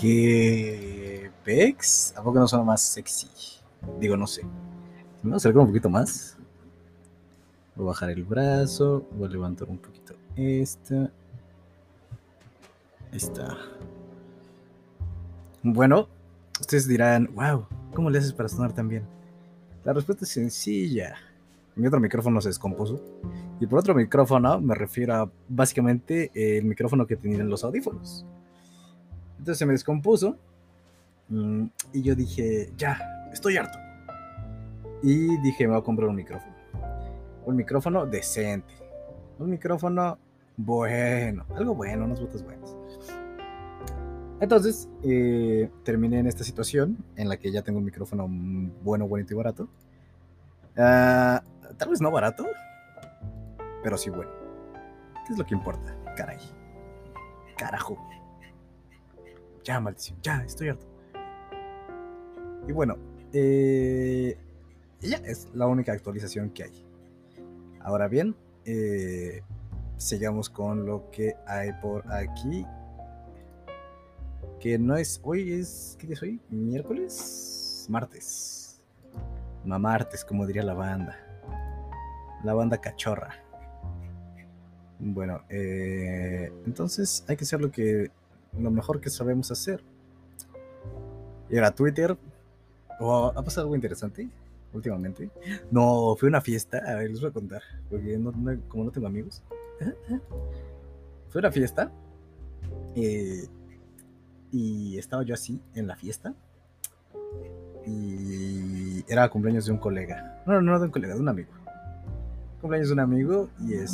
que Pex, ¿a poco no suena más sexy? Digo, no sé. Me voy a acercar un poquito más. Voy a bajar el brazo, voy a levantar un poquito esta. Ahí está. Bueno, ustedes dirán, wow, ¿cómo le haces para sonar tan bien? La respuesta es sencilla. Mi otro micrófono se descompuso. Y por otro micrófono me refiero a básicamente el micrófono que tenían los audífonos. Entonces se me descompuso. Y yo dije, ya, estoy harto. Y dije, me voy a comprar un micrófono. Un micrófono decente. Un micrófono bueno. Algo bueno, unas botas buenas. Entonces, terminé en esta situación en la que ya tengo un micrófono bueno, bonito y barato. Tal vez no barato, pero sí bueno. ¿Qué es lo que importa? Caray. Carajo. Ya, maldición. Ya, estoy harto. Y bueno, ya es la única actualización que hay. Ahora bien, sigamos con lo que hay por aquí. Que no es. Hoy es. ¿Qué día es hoy? ¿Miércoles? Martes. Mamartes, como diría la banda. La banda cachorra. Bueno, entonces hay que hacer lo mejor que sabemos hacer. Ir a Twitter. ¿Ha pasado algo interesante últimamente? No, fue una fiesta. A ver, les voy a contar. Porque como no tengo amigos. Fue una fiesta. Y estaba yo así en la fiesta. Y era cumpleaños de un colega. No de un colega, de un amigo. Cumpleaños de un amigo.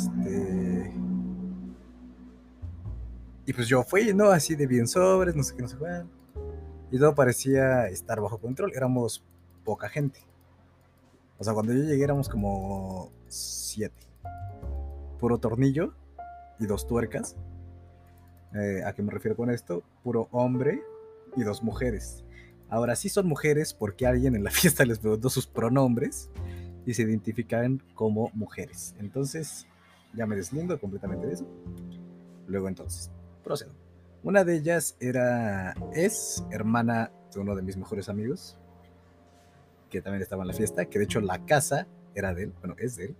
Y pues yo fui, ¿no? Así de bien sobres, no sé qué, no sé cuál. Y todo parecía estar bajo control. Éramos poca gente. O sea, cuando yo llegué éramos como 7. Puro tornillo y 2 tuercas. ¿A qué me refiero con esto? Puro hombre y 2 mujeres. Ahora sí son mujeres porque alguien en la fiesta les preguntó sus pronombres y se identificaban como mujeres. Entonces, ya me deslindo completamente de eso. Luego entonces, procedo. Una de ellas es hermana de uno de mis mejores amigos, que también estaba en la fiesta, que de hecho la casa era de él, bueno, es de él.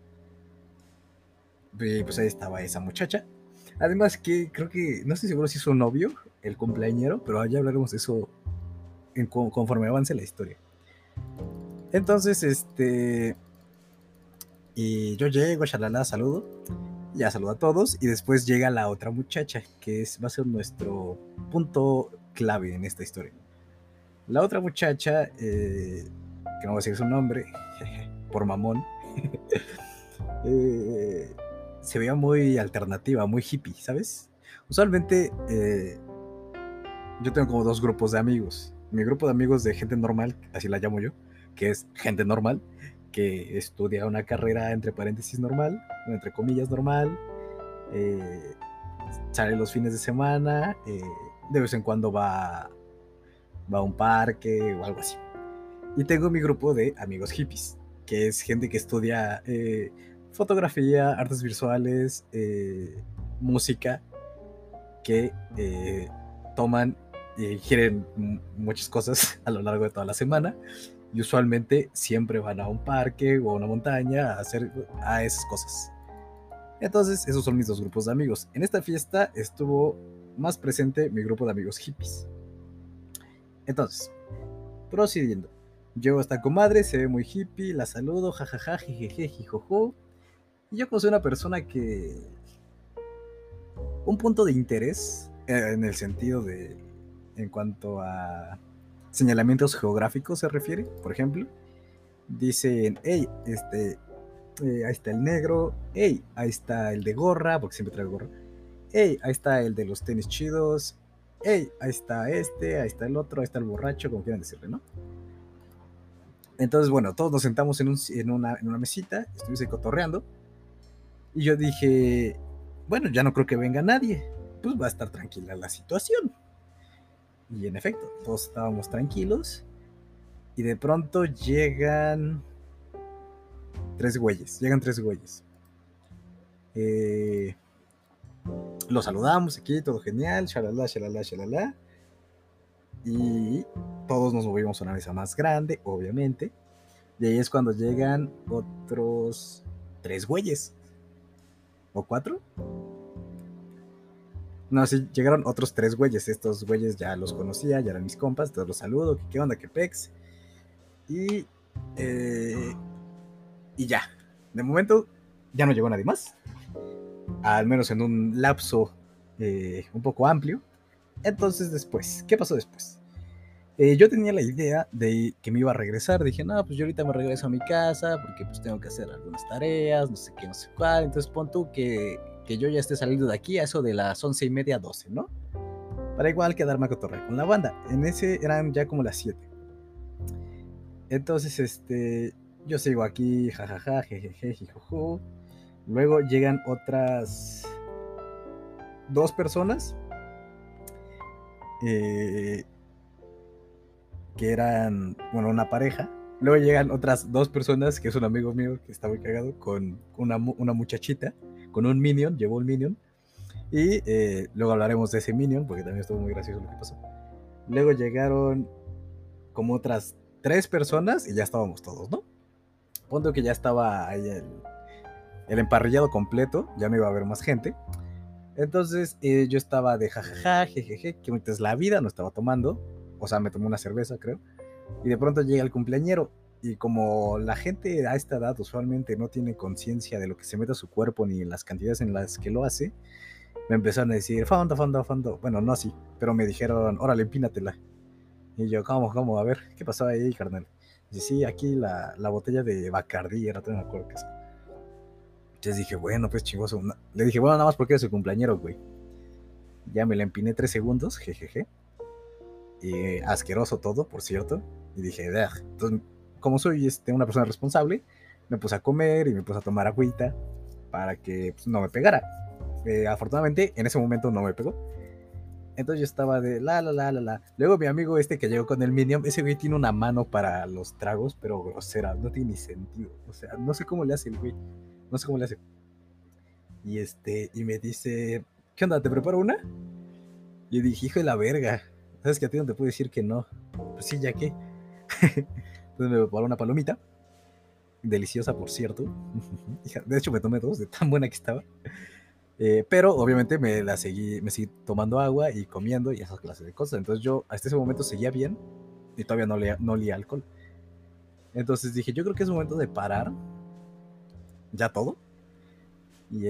Y pues ahí estaba esa muchacha. Además que creo que, no estoy seguro si es su novio, el cumpleañero, pero ya hablaremos de eso conforme avance la historia. Entonces, y yo llego, shalala, saludo, ya saludo a todos, y después llega la otra muchacha, que va a ser nuestro punto clave en esta historia. La otra muchacha, que no voy a decir su nombre, por mamón, se veía muy alternativa, muy hippie, ¿sabes? Usualmente yo tengo como 2 grupos de amigos. Mi grupo de amigos de gente normal, así la llamo yo, que es gente normal, que estudia una carrera entre paréntesis normal, entre comillas normal, sale los fines de semana, de vez en cuando va a un parque o algo así. Y tengo mi grupo de amigos hippies, que es gente que estudia fotografía, artes visuales, música, que toman y ingieren muchas cosas a lo largo de toda la semana, y usualmente siempre van a un parque o a una montaña a hacer esas cosas. Entonces, esos son mis 2 grupos de amigos. En esta fiesta estuvo más presente mi grupo de amigos hippies. Entonces, procediendo. Llego a esta comadre, se ve muy hippie, la saludo, jajaja, jejeje, jijojo. Y yo como soy una persona que... Un punto de interés, en el sentido de... En cuanto a señalamientos geográficos se refiere, por ejemplo, dicen, hey, ahí está el negro, hey, ahí está el de gorra, porque siempre traigo gorra, hey, ahí está el de los tenis chidos, hey, ahí está ahí está el otro, ahí está el borracho, como quieran decirle, ¿no? Entonces, bueno, todos nos sentamos en una mesita, estuvimos ahí cotorreando, y yo dije, bueno, ya no creo que venga nadie, pues va a estar tranquila la situación. Y en efecto, todos estábamos tranquilos, y de pronto llegan 3 güeyes, Los saludamos aquí, todo genial, shalala, shalala, shalala. y todos nos movimos a una mesa más grande, obviamente. Y ahí es cuando llegan otros 3 güeyes. ¿O 4? No, sí, llegaron otros 3 güeyes. Estos güeyes ya los conocía, ya eran mis compas. Todos los saludo. ¿Qué onda? ¿Qué pex? Y, y ya. De momento ya no llegó nadie más. Al menos en un lapso un poco amplio. Entonces después, ¿qué pasó después? Yo tenía la idea de que me iba a regresar. Dije, no, pues yo ahorita me regreso a mi casa porque pues tengo que hacer algunas tareas, no sé qué, no sé cuál. Entonces pon tú que yo ya esté saliendo de aquí a eso de las 11:30, 12, ¿no? Para igual quedarme a cotorrear con la banda. En ese eran ya como las 7. Entonces, yo sigo aquí, jajaja, jejeje, jijuju. Luego llegan otras 2 personas que eran, bueno, una pareja. Luego llegan otras 2 personas, que es un amigo mío que está muy cagado, con una muchachita, con un minion, llevó un minion. Y luego hablaremos de ese minion, porque también estuvo muy gracioso lo que pasó. Luego llegaron como otras 3 personas y ya estábamos todos, ¿no? Ponto que ya estaba ahí el emparrillado completo, ya no iba a haber más gente. Entonces yo estaba de jajaja, jejeje, que bonita es la vida, no estaba tomando. O sea, me tomé una cerveza, creo. Y de pronto llega el cumpleañero. Y como la gente a esta edad usualmente no tiene conciencia de lo que se mete a su cuerpo ni en las cantidades en las que lo hace, me empezaron a decir, fondo, fondo, fondo. Bueno, no así, pero me dijeron, órale, empínatela. Y yo, ¿cómo? A ver, ¿qué pasó ahí, carnal? Dice, sí, aquí la botella de Bacardí, era, no me acuerdo qué es. Entonces dije, bueno, pues chingoso. Le dije, bueno, nada más porque es su cumpleañero, güey. Ya me la empiné 3 segundos, jejeje. Y asqueroso todo, por cierto. Y dije, "Ugh". Entonces, como soy una persona responsable, me puse a comer y me puse a tomar agüita para que pues, no me pegara. Afortunadamente, en ese momento no me pegó. Entonces yo estaba de la. Luego mi amigo que llegó con el Minion, ese güey tiene una mano para los tragos, pero grosera, no tiene ni sentido. O sea, no sé cómo le hace el güey. No sé cómo le hace. Y me dice, ¿qué onda? ¿Te preparo una? Y yo dije, hijo de la verga. ¿Sabes que a ti no te puedo decir que no? Pues sí, ya que. Entonces me preparó una palomita. Deliciosa, por cierto. De hecho, me tomé 2 de tan buena que estaba. Pero obviamente me seguí tomando agua y comiendo y esas clases de cosas. Entonces yo hasta ese momento seguía bien y todavía no olía alcohol. Entonces dije, yo creo que es momento de parar ya todo y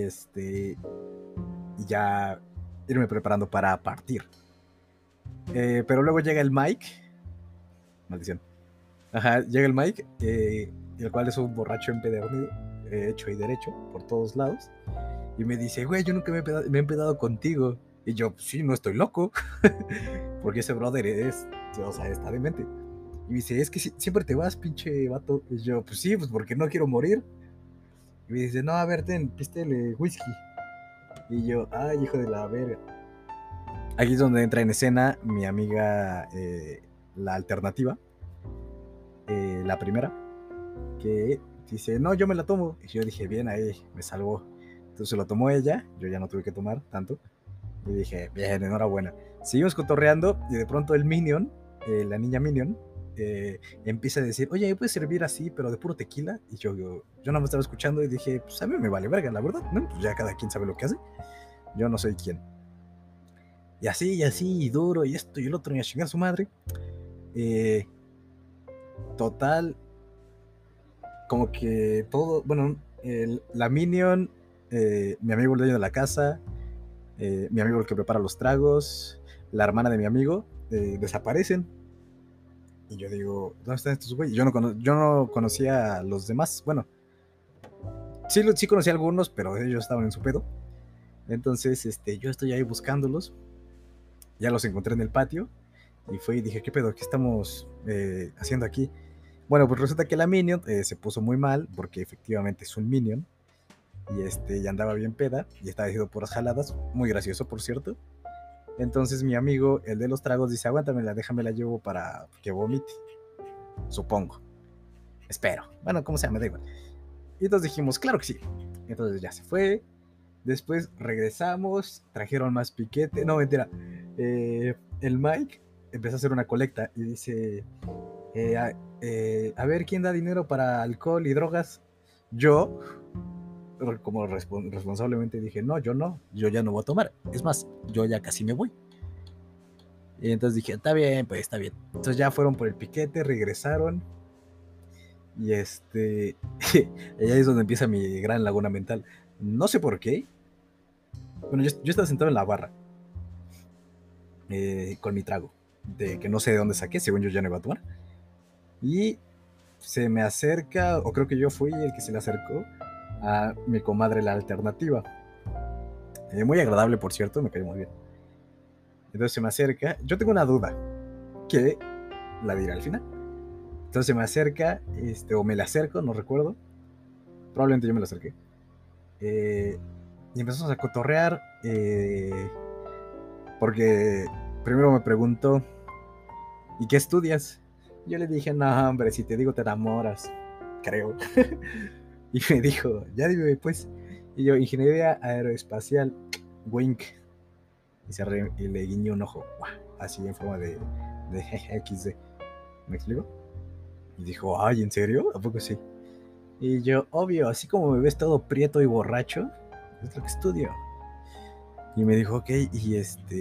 y ya irme preparando para partir. Pero luego llega el Mike, maldición. Ajá, llega el Mike, el cual es un borracho empedernido, hecho y derecho por todos lados. Y me dice, güey, yo nunca me he empedado contigo. Y yo, pues, sí, no estoy loco. Porque ese brother está demente. Y me dice, es que siempre te vas, pinche vato. Y yo, pues sí, pues porque no quiero morir. Y me dice, no, a ver, pístele whisky. Y yo, ay, hijo de la verga. Aquí es donde entra en escena mi amiga, la alternativa, la primera, que dice, no, yo me la tomo. Y yo dije, bien, ahí me salvó. Entonces lo tomó ella, yo ya no tuve que tomar tanto. Y dije, bien, enhorabuena. Seguimos cotorreando y de pronto el Minion, la niña Minion, empieza a decir, oye, ¿me puedes servir así, pero de puro tequila? Y yo no me estaba escuchando y dije, pues a mí me vale verga, la verdad. Bueno, pues ya cada quien sabe lo que hace. Yo no soy quien. Y así, y duro, y esto y el otro, y a chingar a su madre. Total, como que todo, bueno, la Minion, mi amigo el dueño de la casa, mi amigo el que prepara los tragos, la hermana de mi amigo, desaparecen. Y yo digo, ¿dónde están estos güeyes? Yo no conocía a los demás. Bueno, sí conocía a algunos, pero ellos estaban en su pedo. Entonces, yo estoy ahí buscándolos. Ya los encontré en el patio. Y fui y dije, ¿qué pedo? ¿Qué estamos haciendo aquí? Bueno, pues resulta que la Minion se puso muy mal, porque efectivamente es un Minion. Y andaba bien peda. Y estaba haciendo puras jaladas. Muy gracioso, por cierto. Entonces mi amigo, el de los tragos, dice, aguántamela, déjamela llevo para que vomite. Supongo. Espero. Bueno, como sea, me da igual. Y entonces dijimos, claro que sí. Entonces ya se fue. Después regresamos. Trajeron más piquete. No, mentira. El Mike empecé a hacer una colecta y dice, a ver, ¿quién da dinero para alcohol y drogas? Yo, como responsablemente dije, no, yo ya no voy a tomar. Es más, yo ya casi me voy. Y entonces dije, está bien, pues está bien. Entonces ya fueron por el piquete, regresaron. Y y ahí es donde empieza mi gran laguna mental. No sé por qué. Bueno, yo estaba sentado en la barra con mi trago, de que no sé de dónde saqué, según yo ya no iba a tomar. Y se me acerca, o creo que yo fui el que se le acercó a mi comadre la alternativa. Muy agradable, por cierto, me cayó muy bien. Entonces se me acerca, yo tengo una duda, que la diré al final. Entonces se me acerca, o me le acerco, no recuerdo. Probablemente yo me le acerqué. Y empezamos a cotorrear, porque primero me preguntó, ¿y qué estudias? Yo le dije, no, hombre, si te digo te enamoras, creo. Y me dijo, ya dime, pues. Y yo, ingeniería aeroespacial, wink. Y le guiñé un ojo, así en forma de XD. ¿Me explico? Y dijo, ay, ¿en serio? ¿A poco sí? Y yo, obvio, así como me ves todo prieto y borracho, es lo que estudio. Y me dijo, ok, y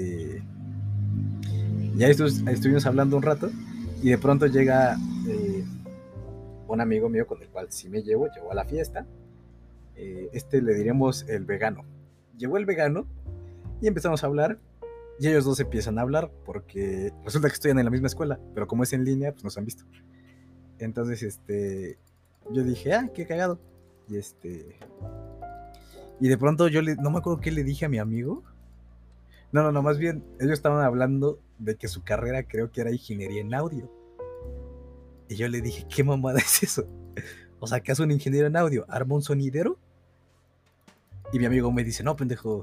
ya estuvimos hablando un rato, y de pronto llega un amigo mío con el cual sí me llevo a la fiesta. Le diremos el vegano. Llegó el vegano y empezamos a hablar, y ellos dos empiezan a hablar porque resulta que estudian en la misma escuela, pero como es en línea, pues nos han visto. Entonces, yo dije, qué cagado. Y y de pronto no me acuerdo qué le dije a mi amigo. No, más bien, ellos estaban hablando de que su carrera creo que era ingeniería en audio. Y yo le dije, ¿qué mamada es eso? O sea, ¿qué hace un ingeniero en audio? ¿Arma un sonidero? Y mi amigo me dice, no, pendejo,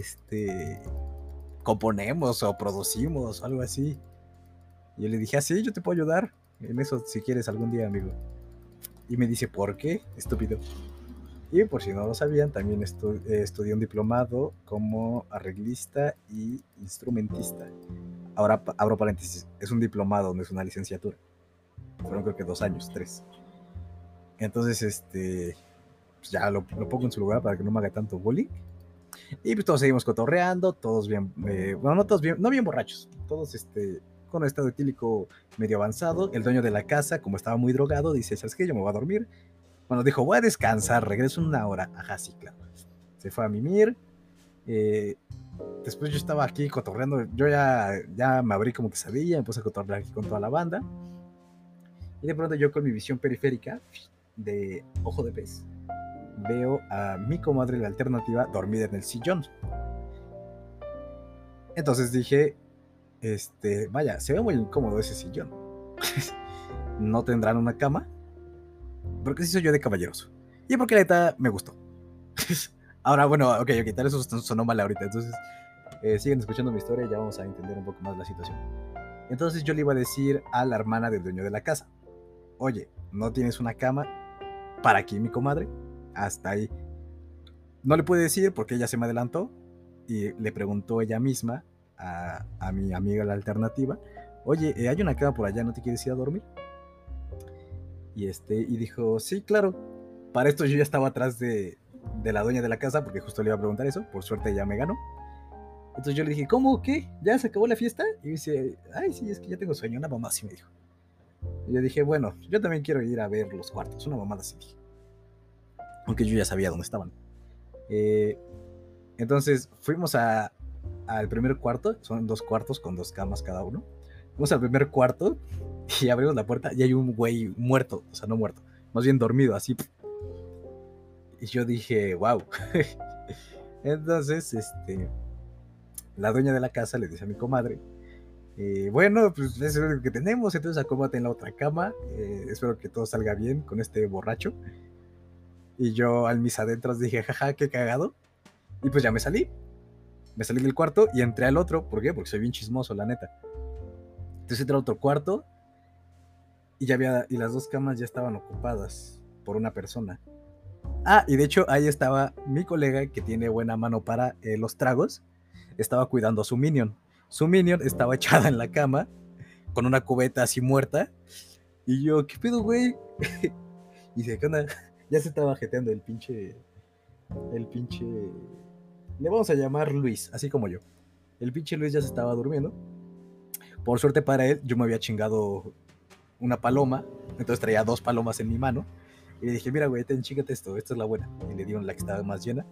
componemos o producimos o algo así. Y yo le dije, sí, yo te puedo ayudar en eso si quieres algún día, amigo. Y me dice, ¿por qué? Estúpido. Y por si no lo sabían, también estudié un diplomado como arreglista y instrumentista. Ahora abro paréntesis, es un diplomado, no es una licenciatura. Fueron creo que 2 años, 3. Entonces, pues ya lo pongo en su lugar para que no me haga tanto bullying. Y pues todos seguimos cotorreando, todos bien, bueno, no todos bien, no bien borrachos, todos con un estado etílico medio avanzado. El dueño de la casa, como estaba muy drogado, dice, ¿sabes qué? Yo me voy a dormir. Bueno, dijo, voy a descansar, regreso en 1 hora. Ajá, sí, claro. Se fue a mimir. Después yo estaba aquí cotorreando, yo ya me abrí como quesadilla, me puse a cotorrear aquí con toda la banda. Y de pronto yo con mi visión periférica de ojo de pez veo a mi comadre la alternativa dormida en el sillón. Entonces dije, vaya, se ve muy incómodo ese sillón. ¿No tendrán una cama? Porque sí soy yo de caballeroso. Y porque la neta me gustó. Ahora, bueno, ok, tal eso sonó mal ahorita. Entonces, siguen escuchando mi historia y ya vamos a entender un poco más la situación. Entonces yo le iba a decir a la hermana del dueño de la casa, oye, ¿no tienes una cama para aquí, mi comadre? Hasta ahí. No le pude decir porque ella se me adelantó y le preguntó ella misma a mi amiga la alternativa, oye, hay una cama por allá, ¿no te quieres ir a dormir? Y dijo, sí, claro. Para esto yo ya estaba atrás de la dueña de la casa porque justo le iba a preguntar eso, por suerte ella me ganó. Entonces yo le dije, ¿cómo? ¿Qué? ¿Ya se acabó la fiesta? Y me dice, ay, sí, es que ya tengo sueño, una mamá así me dijo. Y yo dije, bueno, yo también quiero ir a ver los cuartos, una mamada así dije. Aunque yo ya sabía dónde estaban. Entonces fuimos al primer cuarto, son 2 cuartos con 2 camas cada uno. Fuimos al primer cuarto y abrimos la puerta y hay un güey muerto, o sea, no muerto, más bien dormido, así. Y yo dije, wow. Entonces, la dueña de la casa le dice a mi comadre, bueno, pues eso es lo que tenemos, entonces acómodate en la otra cama, espero que todo salga bien con este borracho. Y yo al mis adentros dije, jaja, qué cagado. Y pues ya me salí del cuarto y entré al otro. ¿Por qué? Porque soy bien chismoso, la neta. Entonces entré al otro cuarto y y las 2 camas ya estaban ocupadas por una persona. Y de hecho ahí estaba mi colega que tiene buena mano para los tragos. Estaba cuidando a su minion. Su minion estaba echada en la cama con una cubeta así muerta. Y yo, ¿qué pedo, güey? Y dice, ¿qué onda? Ya se estaba jeteando el pinche. Le vamos a llamar Luis, así como yo. El pinche Luis ya se estaba durmiendo. Por suerte para él, yo me había chingado una paloma. Entonces traía 2 palomas en mi mano. Y le dije, mira, güey, chíngate esto, esta es la buena. Y le dieron la que estaba más llena.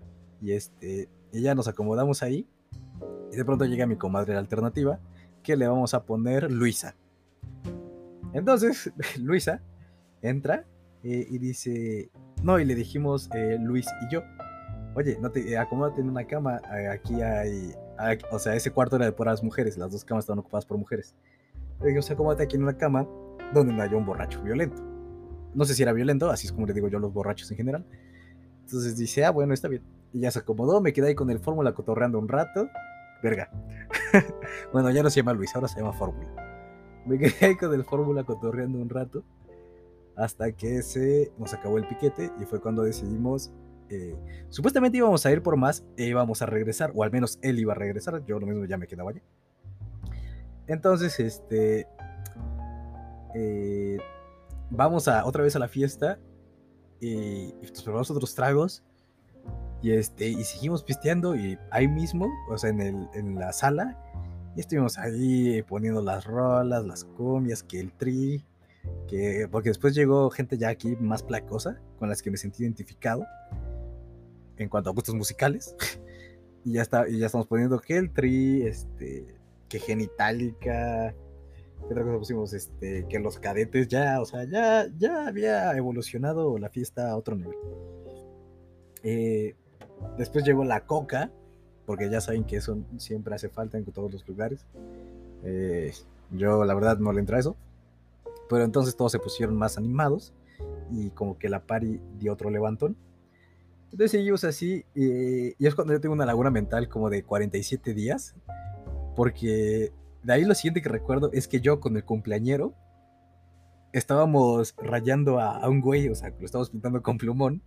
Y ya nos acomodamos ahí. Y de pronto llega mi comadre la alternativa, que le vamos a poner Luisa. Entonces, Luisa entra y dice, no, y le dijimos Luis y yo, oye, no te acomódate en una cama, aquí o sea, ese cuarto era de puras mujeres, las 2 camas estaban ocupadas por mujeres. Le dijimos, acomódate aquí en una cama donde no haya un borracho violento. No sé si era violento, así es como le digo yo a los borrachos en general. Entonces dice, bueno, está bien. Y ya se acomodó, me quedé ahí con el Fórmula cotorreando un rato. Verga. Bueno, ya no se llama Luis, ahora se llama Fórmula. Me quedé ahí con el Fórmula cotorreando un rato hasta que nos acabó el piquete y fue cuando decidimos, supuestamente íbamos a ir por más e íbamos a regresar, o al menos él iba a regresar, yo lo mismo ya me quedaba allá. Entonces, vamos otra vez a la fiesta y nos probamos otros tragos y seguimos pisteando y ahí mismo, o sea, en la sala, y estuvimos ahí poniendo las rolas, las cumbias, que el tri, porque después llegó gente ya aquí más placosa, con las que me sentí identificado en cuanto a gustos musicales, y ya estamos poniendo que el tri, que Genitalica, ¿qué otra cosa pusimos? Que los Cadetes, ya, o sea, ya había evolucionado la fiesta a otro nivel. Después llegó la coca, porque ya saben que eso siempre hace falta en todos los lugares. Yo la verdad no le entra a eso, pero entonces todos se pusieron más animados y como que la party dio otro levantón. Entonces seguimos así y es cuando yo tengo una laguna mental como de 47 días, porque de ahí lo siguiente que recuerdo es que yo con el cumpleañero estábamos rayando a un güey, o sea, lo estábamos pintando con plumón.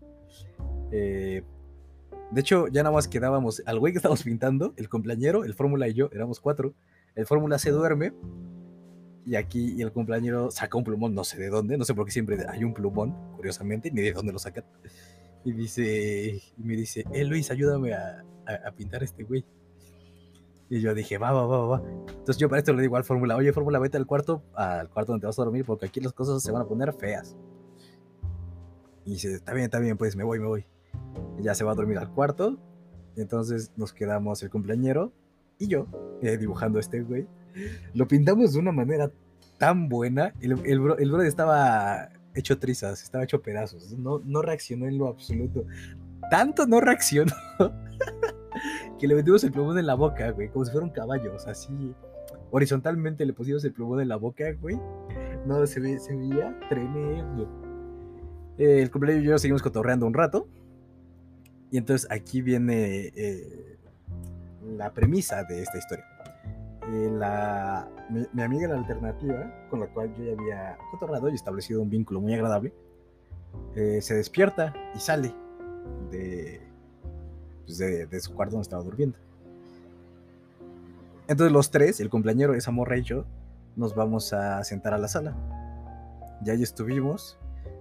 De hecho, ya nada más quedábamos al güey que estábamos pintando, el cumpleañero, el Fórmula y yo, éramos 4. El Fórmula se duerme y el cumpleañero saca un plumón, no sé de dónde, no sé por qué siempre hay un plumón, curiosamente, ni de dónde lo sacan. Y me dice, Luis, ayúdame a pintar a este güey. Y yo dije, va. Entonces yo para esto le digo al Fórmula, oye, Fórmula, vete al cuarto donde te vas a dormir, porque aquí las cosas se van a poner feas. Y dice, está bien, pues me voy. Y ya se va a dormir al cuarto. Y entonces nos quedamos el cumpleañero y yo dibujando a este güey. Lo pintamos de una manera tan buena. El brother estaba hecho trizas, estaba hecho pedazos. No reaccionó en lo absoluto. Tanto no reaccionó que le metimos el plumón en la boca, güey, como si fuera un caballo. O sea, así horizontalmente le pusimos el plumón en la boca, güey. No, se veía tremendo. El cumpleaños y yo seguimos cotorreando un rato. Y entonces aquí viene la premisa de esta historia. Mi amiga la alternativa, con la cual yo ya había cotorrado y establecido un vínculo muy agradable, se despierta y sale de su cuarto donde estaba durmiendo. Entonces los 3, el cumpleañero, esa morra y yo, nos vamos a sentar a la sala. Ya ahí estuvimos.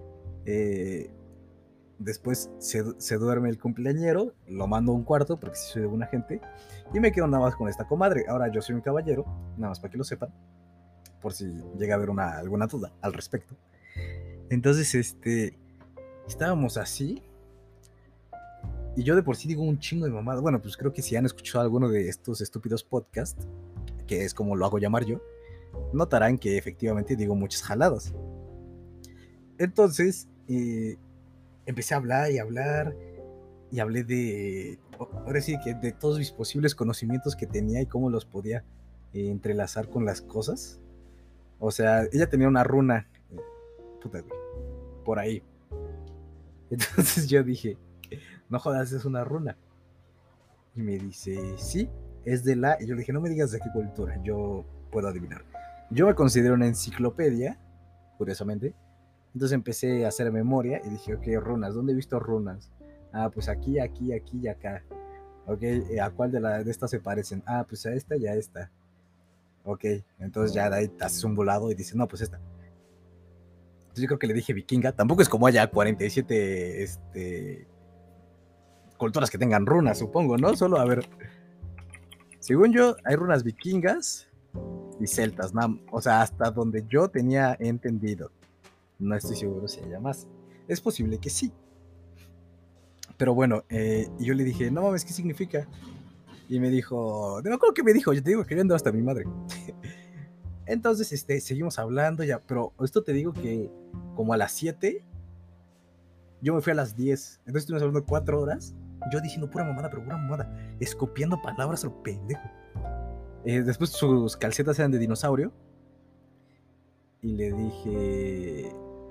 Después se duerme el cumpleañero, lo mando a un cuarto porque sí soy de buena gente, y me quedo nada más con esta comadre. Ahora yo soy un caballero, nada más para que lo sepan, por si llega a haber alguna duda al respecto. Entonces, estábamos así, y yo de por sí digo un chingo de mamadas. Bueno, pues creo que si han escuchado alguno de estos estúpidos podcasts, que es como lo hago llamar yo, notarán que efectivamente digo muchas jaladas. Entonces, empecé a hablar y hablé ahora sí, que de todos mis posibles conocimientos que tenía y cómo los podía entrelazar con las cosas. O sea, ella tenía una runa, puta, güey, por ahí. Entonces yo dije, no jodas, es una runa. Y me dice, sí, es de la... Y yo le dije, no me digas de qué cultura, yo puedo adivinar. Yo me considero una enciclopedia, curiosamente. Entonces empecé a hacer memoria y dije, ok, runas, ¿dónde he visto runas? Ah, pues aquí y acá. Ok, ¿a cuál de estas se parecen? Ah, pues a esta y a esta. Ok, entonces ya de ahí te haces un volado y dices, no, pues esta. Entonces yo creo que le dije vikinga. Tampoco es como haya 47 culturas que tengan runas, supongo, ¿no? Solo, a ver, según yo, hay runas vikingas y celtas, ¿no? O sea, hasta donde yo tenía entendido. No estoy seguro si haya más. Es posible que sí. Pero bueno, y yo le dije, no mames, ¿qué significa? Y me dijo, no me acuerdo qué me dijo, yo te digo que yo ando hasta mi madre. Entonces, seguimos hablando ya, pero esto te digo que como a las 7, yo me fui a las 10. Entonces estuvimos hablando 4 horas, yo diciendo pura mamada, pero pura mamada, escopiando palabras a lo pendejo. Después sus calcetas eran de dinosaurio. Y le dije,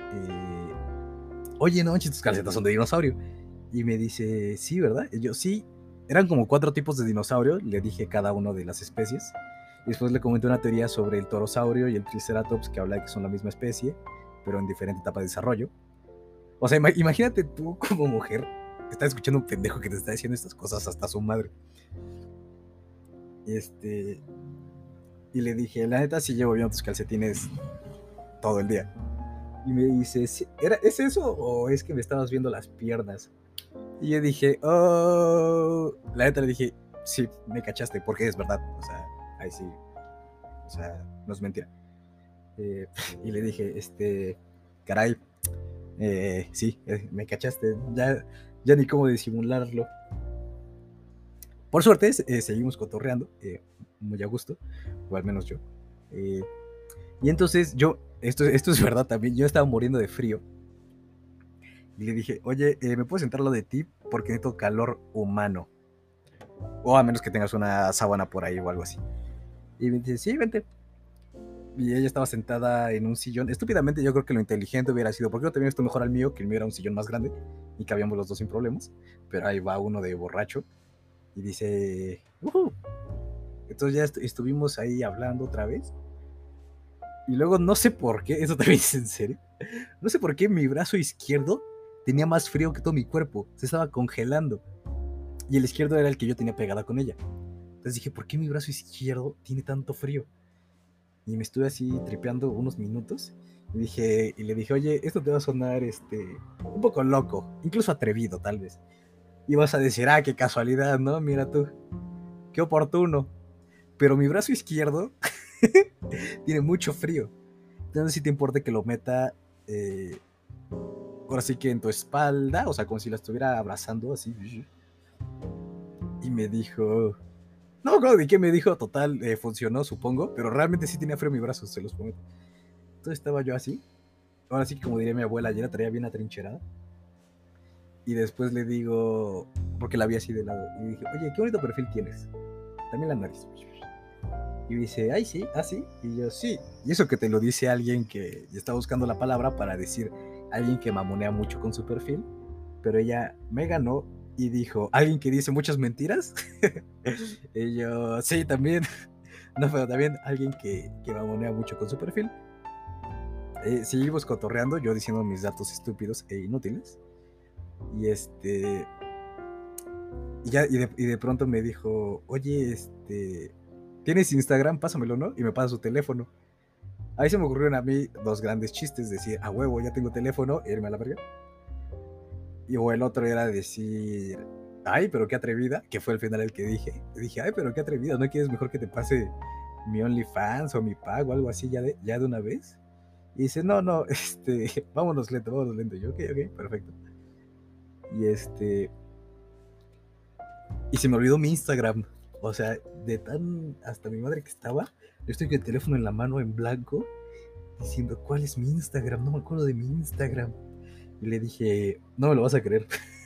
oye, no manches, tus calcetas son de dinosaurio. Y me dice, sí, ¿verdad? Y yo, sí. Eran como 4 tipos de dinosaurio. Le dije cada uno de las especies. Y después le comenté una teoría sobre el torosaurio y el triceratops, que habla de que son la misma especie, pero en diferente etapa de desarrollo. O sea, imagínate tú como mujer, estás escuchando un pendejo que te está diciendo estas cosas hasta su madre. Y le dije, la neta, sí llevo viendo tus calcetines todo el día. Y me dice, ¿es eso o es que me estabas viendo las piernas? Y yo dije, oh, la neta le dije, sí, me cachaste, porque es verdad, o sea, ahí sí, o sea, no es mentira. Y le dije, caray, sí, me cachaste, ya ni cómo disimularlo. Por suerte, seguimos cotorreando, muy a gusto, o al menos yo. Y entonces esto es verdad también, yo estaba muriendo de frío. Y le dije, oye, ¿me puedes entrar lo de ti? Porque necesito calor humano. O a menos que tengas una sábana por ahí o algo así. Y me dice, sí, vente. Y ella estaba sentada en un sillón. Estúpidamente yo creo que lo inteligente hubiera sido, ¿por qué no te vienes tú mejor al mío? Que el mío era un sillón más grande y cabíamos los dos sin problemas. Pero ahí va uno de borracho y dice, entonces ya estuvimos ahí hablando otra vez. Y luego no sé por qué, eso también es en serio, no sé por qué mi brazo izquierdo tenía más frío que todo mi cuerpo, se estaba congelando. Y el izquierdo era el que yo tenía pegada con ella. Entonces dije, ¿por qué mi brazo izquierdo tiene tanto frío? Y me estuve así tripeando unos minutos. Y le dije, oye, esto te va a sonar un poco loco, incluso atrevido tal vez. Y vas a decir, ah, qué casualidad, ¿no? Mira tú, qué oportuno. Pero mi brazo izquierdo tiene mucho frío. Entonces si te importa que lo meta, ahora sí que en tu espalda, o sea, como si la estuviera abrazando así. Y me dijo, no, claro, ¿de qué me dijo? Total, funcionó, supongo, pero realmente sí tenía frío mi brazo, se los prometo. Entonces estaba yo así, ahora sí que como diría mi abuela, ayer la traía bien atrincherada. Y después le digo, porque la vi así de lado, y dije, oye, qué bonito perfil tienes. También la nariz. Y dice, ay, sí, ah, sí. Y yo, sí. Y eso que te lo dice alguien que está buscando la palabra para decir alguien que mamonea mucho con su perfil. Pero ella me ganó y dijo, ¿alguien que dice muchas mentiras? Y yo, sí, también. No, pero también alguien que mamonea mucho con su perfil. Seguimos cotorreando, yo diciendo mis datos estúpidos e inútiles. Y y de pronto me dijo, oye, ¿tienes Instagram? Pásamelo, ¿no? Y me pasa su teléfono. Ahí se me ocurrieron a mí 2 grandes chistes, decir, a huevo, ya tengo teléfono, irme a la verga. O el otro era decir, ay, pero qué atrevida, que fue al final el que dije. Dije, ay, pero qué atrevida, ¿no quieres mejor que te pase mi OnlyFans o mi pago, algo así ya de una vez? Y dice, no, no, vámonos lento. Yo, ok, perfecto. Y y se me olvidó mi Instagram. O sea, de tan hasta mi madre que estaba, yo estoy con el teléfono en la mano en blanco, diciendo, ¿cuál es mi Instagram? No me acuerdo de mi Instagram. Y le dije, no me lo vas a creer.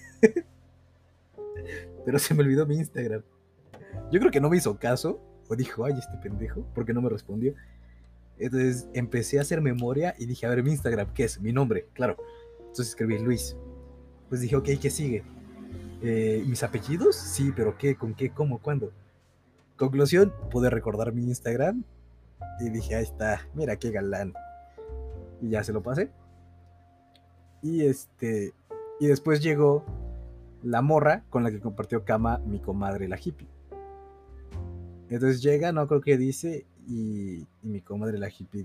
Pero se me olvidó mi Instagram. Yo creo que no me hizo caso, o dijo, ay, este pendejo, porque no me respondió. Entonces empecé a hacer memoria y dije, a ver, mi Instagram, ¿qué es? Mi nombre, claro. Entonces escribí Luis. Pues dije, ok, ¿qué sigue? ¿Mis apellidos? Sí, pero ¿qué? ¿Con qué? ¿Cómo? ¿Cuándo? Conclusión, pude recordar mi Instagram y dije, ahí está, mira qué galán. Y ya se lo pasé. Y y después llegó la morra con la que compartió cama mi comadre la hippie. Entonces llega, no creo que dice, y mi comadre la hippie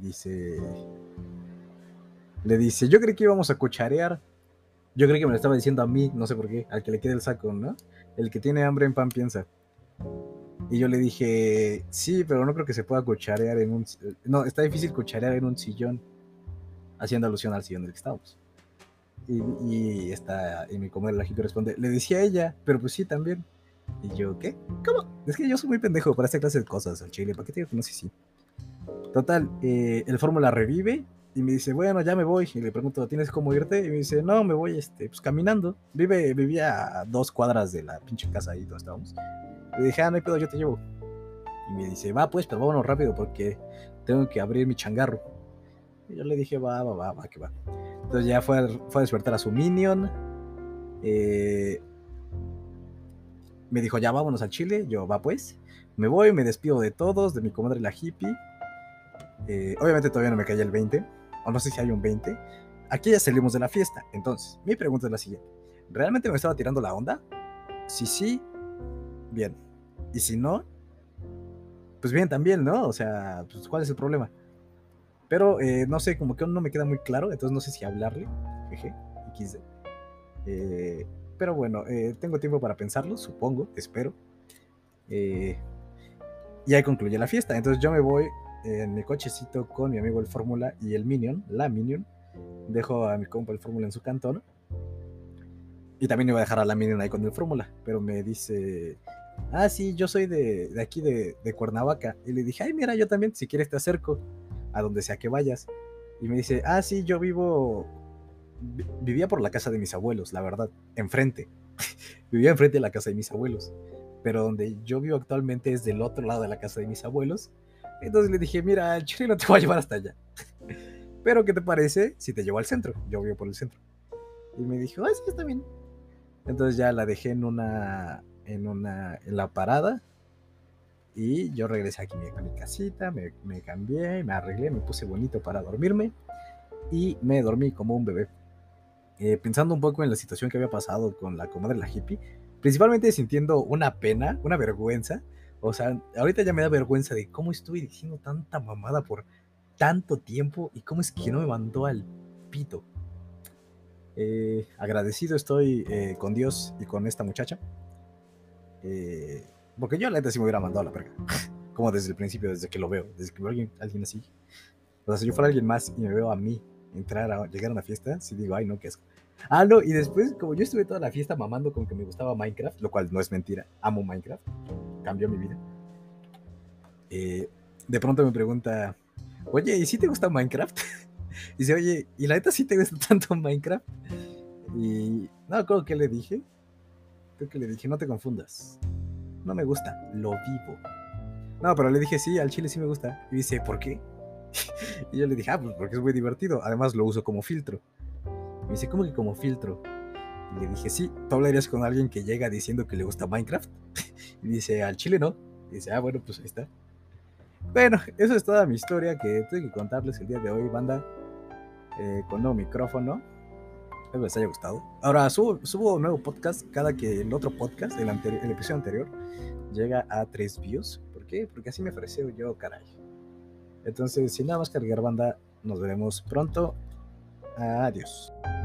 le dice, yo creí que íbamos a cucharear. Yo creí que me lo estaba diciendo a mí, no sé por qué, al que le quede el saco, ¿no? El que tiene hambre en pan piensa. Y yo le dije, sí, pero no creo que se pueda cucharear en un... No, está difícil cucharear en un sillón, haciendo alusión al sillón del que estábamos. Y mi comadre la hippie responde, le decía a ella, pero pues sí, también. Y yo, ¿qué? ¿Cómo? Es que yo soy muy pendejo para esta clase de cosas al chile. ¿Para qué te digo que no sé si? Total, el fórmula revive y me dice, bueno, ya me voy. Y le pregunto, ¿tienes cómo irte? Y me dice, no, me voy pues caminando. Vivía a 2 cuadras de la pinche casa ahí donde estábamos. Le dije, no hay pedo, yo te llevo. Y me dice, va pues, pero vámonos rápido porque tengo que abrir mi changarro. Y yo le dije, va, que va. Entonces ya fue a despertar a su minion. Me dijo, ya vámonos al Chile. Yo, va pues. Me voy, me despido de todos, de mi comadre la hippie. Obviamente todavía no me caía el 20, o no sé si hay un 20. Aquí ya salimos de la fiesta. Entonces, mi pregunta es la siguiente. ¿Realmente me estaba tirando la onda? Si sí, bien. Y si no, pues bien también, ¿no? O sea, pues, ¿cuál es el problema? Pero no sé, como que aún no me queda muy claro, entonces no sé si hablarle. Jeje, XD. Pero bueno, tengo tiempo para pensarlo, supongo, espero. Y ahí concluye la fiesta. Entonces yo me voy en mi cochecito con mi amigo el Fórmula y el Minion, la Minion. Dejo a mi compa el Fórmula en su cantón. Y también iba a dejar a la Minion ahí con el Fórmula. Pero me dice, ah, sí, yo soy de aquí, de Cuernavaca. Y le dije, ay, mira, yo también, si quieres te acerco a donde sea que vayas. Y me dice, ah, sí, yo vivía por la casa de mis abuelos, la verdad, enfrente. Vivía enfrente de la casa de mis abuelos. Pero donde yo vivo actualmente es del otro lado de la casa de mis abuelos. Entonces le dije, mira, el chile no te voy a llevar hasta allá. Pero, ¿qué te parece si te llevo al centro? Yo vivo por el centro. Y me dijo, ah, sí, está bien. Entonces ya la dejé en la parada. Y yo regresé aquí a mi casita, me cambié, me arreglé, me puse bonito para dormirme. Y me dormí como un bebé. Pensando un poco en la situación que había pasado con la comadre la hippie, principalmente sintiendo una pena, una vergüenza. O sea, ahorita ya me da vergüenza de cómo estuve diciendo tanta mamada por tanto tiempo y cómo es que no me mandó al pito. Agradecido estoy con Dios y con esta muchacha. Porque yo la neta sí me hubiera mandado a la verga. Como desde el principio, desde que lo veo, desde que veo a alguien así. O sea, si yo fuera alguien más y me veo a mí llegar a una fiesta, sí digo, ay, no, qué asco. Ah, no, y después, como yo estuve toda la fiesta mamando con que me gustaba Minecraft, lo cual no es mentira, amo Minecraft, cambió mi vida. De pronto me pregunta, oye, ¿y si te gusta Minecraft? Y dice, oye, ¿y la neta sí te gusta tanto Minecraft? Y no, creo que le dije, no te confundas, no me gusta, lo vivo. No, pero le dije, sí, al chile sí me gusta. Y dice, ¿por qué? Y yo le dije, pues porque es muy divertido. Además lo uso como filtro. Me dice, ¿cómo que como filtro? Y le dije, sí, ¿tú hablarías con alguien que llega diciendo que le gusta Minecraft? Y dice, al chile no. Y dice, bueno, pues ahí está. Bueno, eso es toda mi historia que tuve que contarles el día de hoy, banda. Con nuevo micrófono. Espero les haya gustado. Ahora subo un nuevo podcast cada que el otro podcast, el episodio anterior, llega a 3 views. ¿Por qué? Porque así me ofreció yo, caray. Entonces, sin nada más cargar, banda, nos veremos pronto. Adiós.